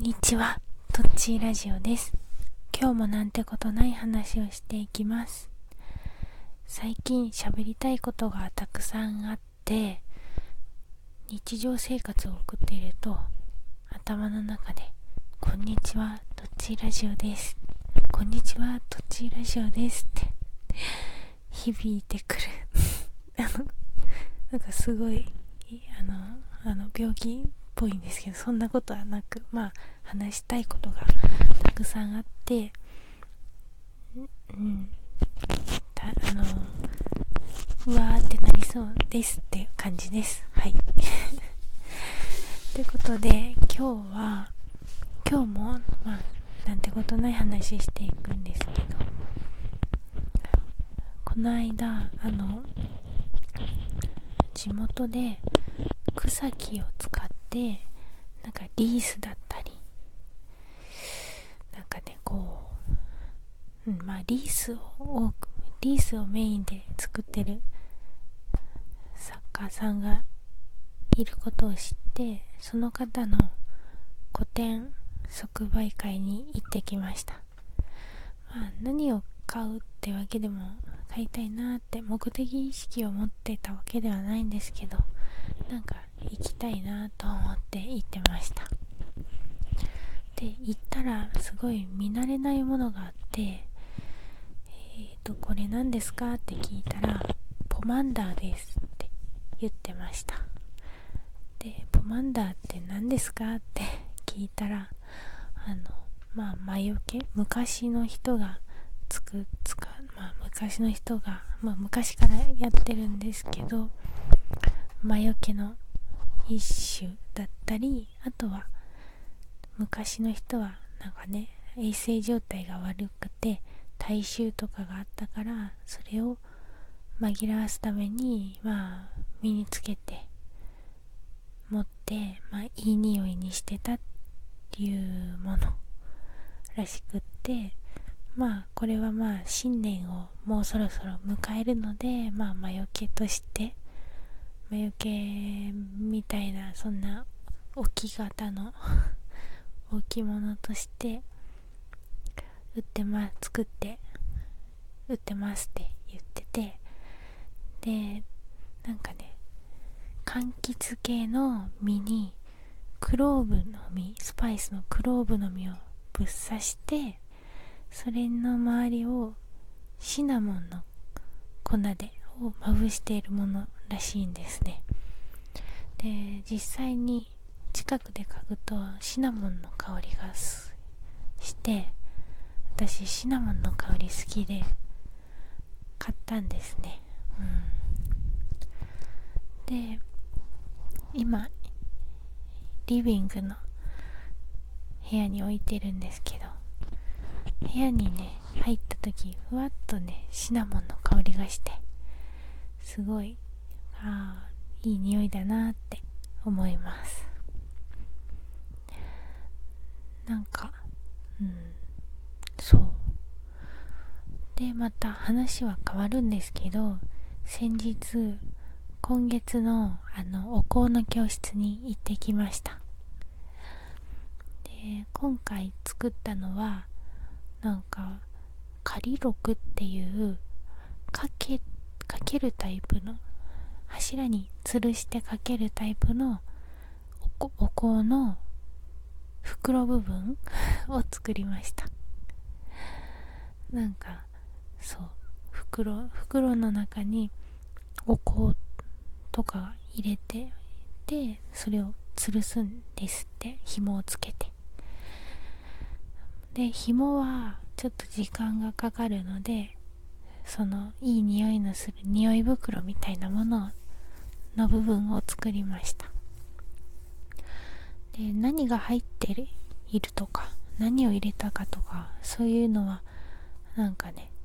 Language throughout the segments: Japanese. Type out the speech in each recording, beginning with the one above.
にちは、とっちーラジオです。今日もなんてことない話をしていきます。最近喋りたいことがたくさんあって、日常生活を送っていると頭の中でこんにちは、とっちーラジオです、こんにちは、とっちーラジオですって響いてくるなんかすごい病気っぽいんですけど、そんなことはなく、話したいことがたくさんあって、うわーってなりそうですって感じです。はいということで、今日もなんてことない話していくんですけど、この間地元で草木を使ってなんかリースだったりなんかねリースをメインで作ってる作家さんがいることを知って、その方の個展即売会に行ってきました。何を買うってわけでも、買いたいなって目的意識を持ってたわけではないんですけど、なんか行きたいなと思って行ってました。で、行ったらすごい見慣れないものがあって、これ何ですかって聞いたら、ポマンダーですって言ってました。で、ポマンダーって何ですかって聞いたら、魔除け、昔の人が昔からやってるんですけど、魔除けの一種だったり、あとは昔の人はなんかね、衛生状態が悪くて体臭とかがあったから、それを紛らわすために身につけて持っていい匂いにしてたっていうものらしくって、これは新年をもうそろそろ迎えるので、魔除けとして魔除けみたいな、そんな置き型の置物として作って売ってますって言ってて、で、なんかね、柑橘系の実にスパイスのクローブの実をぶっ刺して、それの周りをシナモンの粉をまぶしているものらしいんですね。で、実際に近くで嗅ぐとシナモンの香りがして、私シナモンの香り好きで買ったんですね。で、今リビングの部屋に置いてるんですけど、部屋にね入った時、ふわっとねシナモンの香りがして、すごいいい匂いだなって思います。なんかそうで、また話は変わるんですけど、今月のお香の教室に行ってきました。で、今回作ったのはなんか仮録っていうかけるタイプの、柱に吊るしてかけるタイプのお香の袋部分を作りました。なんか袋の中にお香とか入れて、でそれを吊るすんですって、紐をつけて。で、紐はちょっと時間がかかるので、そのいい匂いのする匂い袋みたいなものの部分を作りました。で、何が入っているとか、何を入れたかとか、そういうのはなんかね、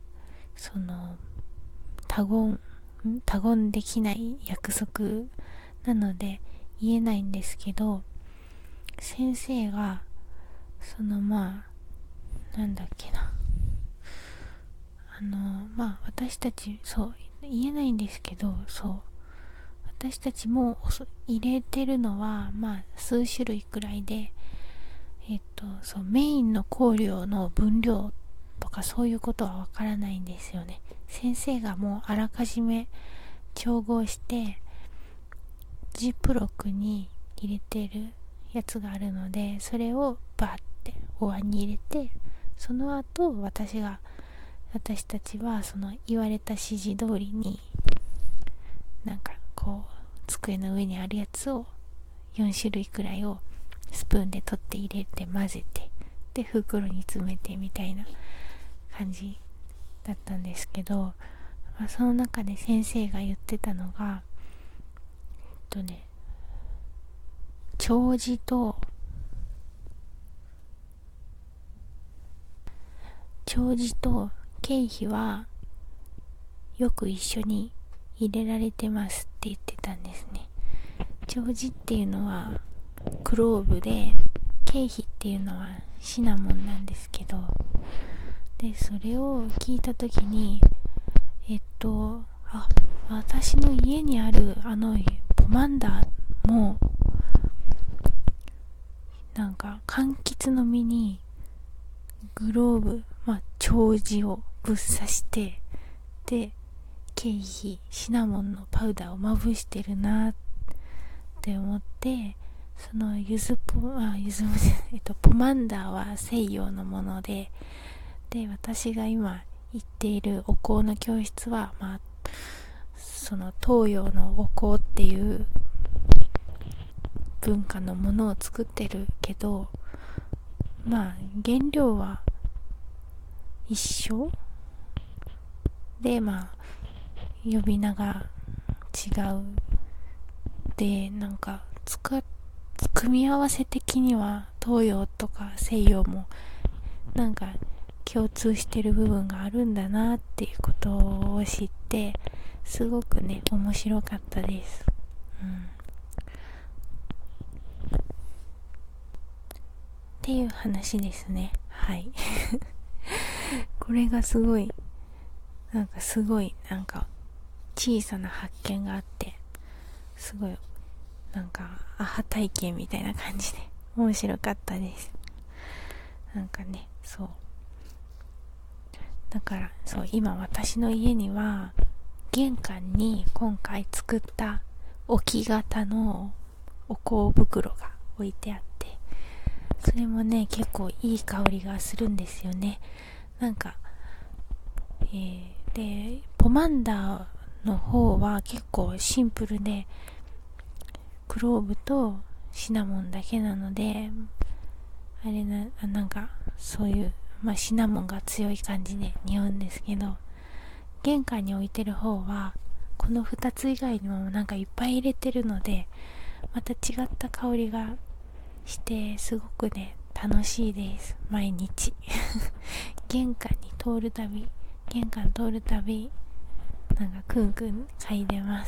他言できない約束なので言えないんですけど、先生がなんだっけな、私たち言えないんですけど、私たちも入れてるのは数種類くらいで、 そうメインの香料の分量とかそういうことはわからないんですよね。先生がもうあらかじめ調合してジップロックに入れてるやつがあるので、それをバーってお椀に入れて、その後私たちはその言われた指示通りになんかこう机の上にあるやつを4種類くらいをスプーンで取って入れて混ぜて、で袋に詰めてみたいな感じだったんですけど、その中で先生が言ってたのが長寿と経費はよく一緒に入れられてますって言ってたんですね。長寿っていうのはクローブで、経費っていうのはシナモンなんですけど、でそれを聞いたときに私の家にあるポマンダーもなんか柑橘の実にグローブ、長寿をぶっ刺して、で経費シナモンのパウダーをまぶしてるなって思って、そのポマンダーは西洋のもので、私が今行っているお香の教室はその東洋のお香っていう文化のものを作ってるけど、原料は一緒で、呼び名が違うで、なんか組み合わせ的には東洋とか西洋もなんか共通してる部分があるんだなっていうことを知って、すごくね面白かったです。っていう話ですね。はいこれがすごい小さな発見があって、すごいアハ体験みたいな感じで面白かったです。だから今私の家には玄関に今回作った置き型のお香袋が置いてあって、それもね結構いい香りがするんですよね。でポマンダーの方は結構シンプルでクローブとシナモンだけなので、そういうシナモンが強い感じで匂うんですけど、玄関に置いてる方はこの2つ以外にもいっぱい入れてるので、また違った香りがしてすごくね楽しいです。毎日玄関通るたびクンクン嗅いでます。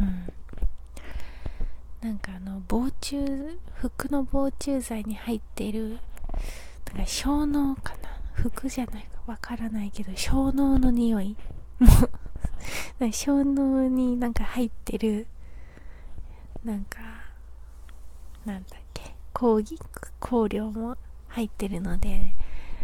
服の防虫剤に入っている小脳かな、服じゃないかわからないけど小脳の匂いも小脳に入ってる香料も入ってるので、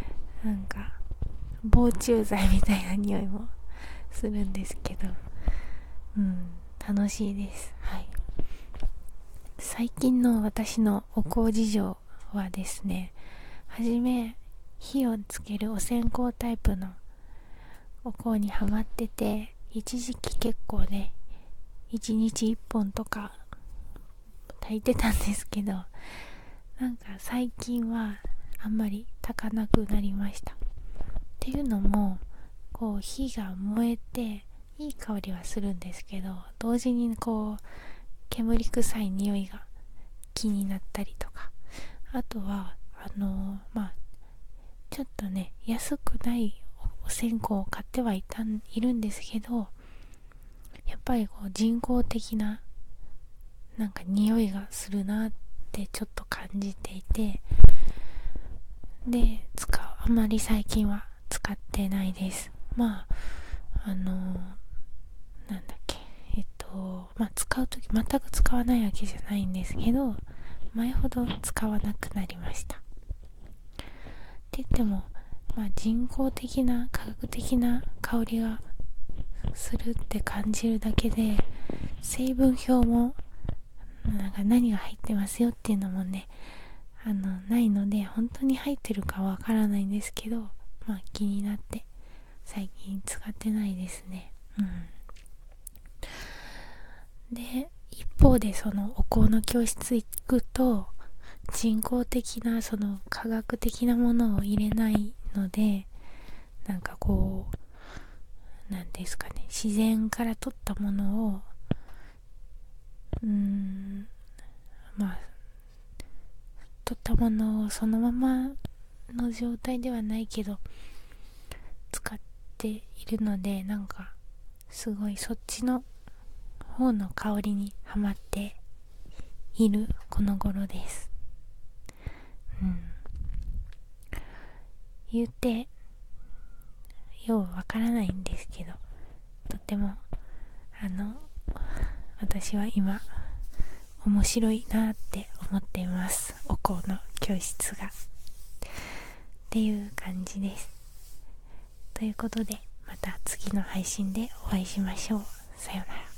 防虫剤みたいな匂いもするんですけど、楽しいです。はい。最近の私のお香事情はですね、はじめ火をつけるお線香タイプのお香にハマってて、一時期結構ね1日1本とか炊いてたんですけど、最近はあんまり炊かなくなりました。っていうのも火が燃えていい香りはするんですけど、同時に煙臭い匂いが気になったりとか、あとはちょっとね安くないお線香を買ってはいるんですけど、やっぱり人工的な匂いがするなってちょっと感じていて、であんまり最近は使ってないです。使うとき全く使わないわけじゃないんですけど、前ほど使わなくなりました。 言っても、人工的な科学的な香りがするって感じるだけで、成分表もなんか何が入ってますよっていうのもね、ないので、本当に入ってるかわからないんですけど、気になって最近使ってないですね。で、一方でそのお香の教室行くと、人工的なその科学的なものを入れないので、なんかこう、なんですかね、自然から取ったものを取ったものをそのままの状態ではないけど使っているので、なんかすごいそっちの方の香りにハマっているこの頃です。言うてようわからないんですけど、とても私は今面白いなって思っています。お香の教室がっていう感じです。ということで、また次の配信でお会いしましょう。さようなら。